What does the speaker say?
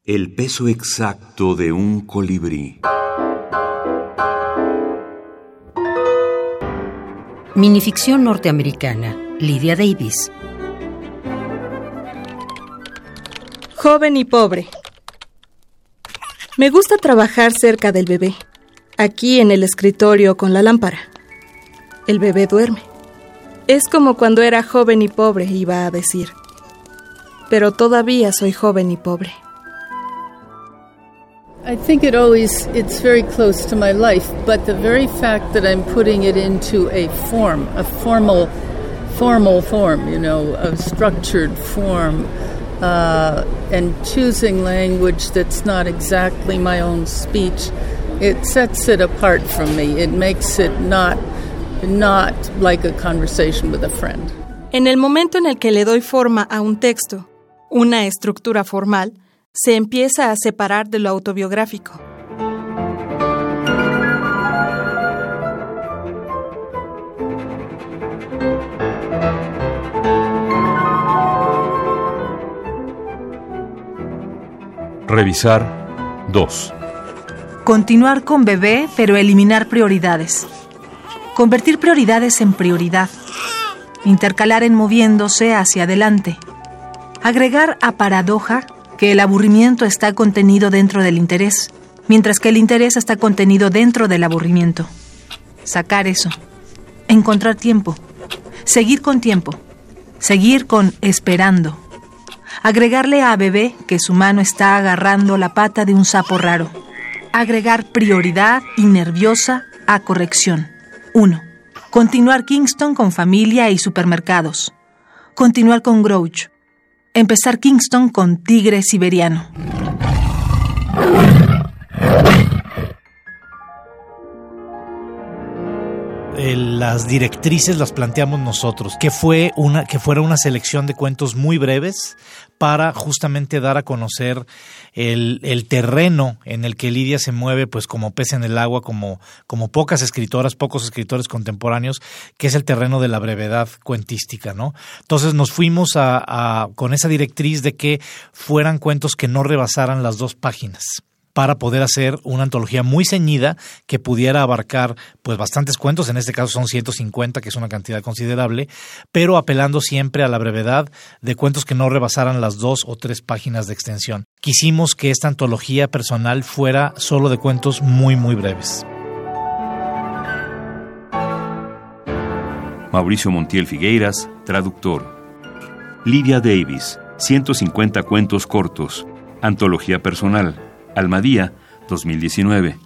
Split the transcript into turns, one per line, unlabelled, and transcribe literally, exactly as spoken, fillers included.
El peso exacto de un colibrí.
Minificción norteamericana. Lydia Davis.
Joven y pobre. Me gusta trabajar cerca del bebé, aquí en el escritorio con la lámpara. El bebé duerme. Es como cuando era joven y pobre, iba a decir. Pero todavía soy joven y pobre.
I think it always, it's very close to my life, but the very fact that I'm putting it into a form, a formal, formal form, you know, a structured form, uh, and choosing language that's not exactly my own speech, it sets it apart from me. It makes it not, not like a conversation with a friend.
En el momento en el que le doy forma a un texto, una estructura formal, se empieza a separar de lo autobiográfico.
Revisar dos.
Continuar con bebé, pero eliminar prioridades. Convertir prioridades en prioridad. Intercalar en moviéndose hacia adelante. Agregar a paradoja que el aburrimiento está contenido dentro del interés, mientras que el interés está contenido dentro del aburrimiento. Sacar eso. Encontrar tiempo. Seguir con tiempo. Seguir con esperando. Agregarle a bebé que su mano está agarrando la pata de un sapo raro. Agregar prioridad y nerviosa a corrección. uno. Continuar Kingston con familia y supermercados. Continuar con Grouch. Empezar Kingston con tigre siberiano.
Las directrices las planteamos nosotros, que fue una que fuera una selección de cuentos muy breves para justamente dar a conocer el, el terreno en el que Lydia se mueve, pues como pez en el agua, como, como pocas escritoras, pocos escritores contemporáneos, que es el terreno de la brevedad cuentística, ¿no? Entonces nos fuimos a, a con esa directriz de que fueran cuentos que no rebasaran las dos páginas, para poder hacer una antología muy ceñida que pudiera abarcar pues bastantes cuentos, en este caso son ciento cincuenta, que es una cantidad considerable, pero apelando siempre a la brevedad de cuentos que no rebasaran las dos o tres páginas de extensión. Quisimos que esta antología personal fuera solo de cuentos muy muy breves.
Mauricio Montiel Figueiras, traductor. Lydia Davis, ciento cincuenta cuentos cortos, antología personal. Almadía, dos mil diecinueve.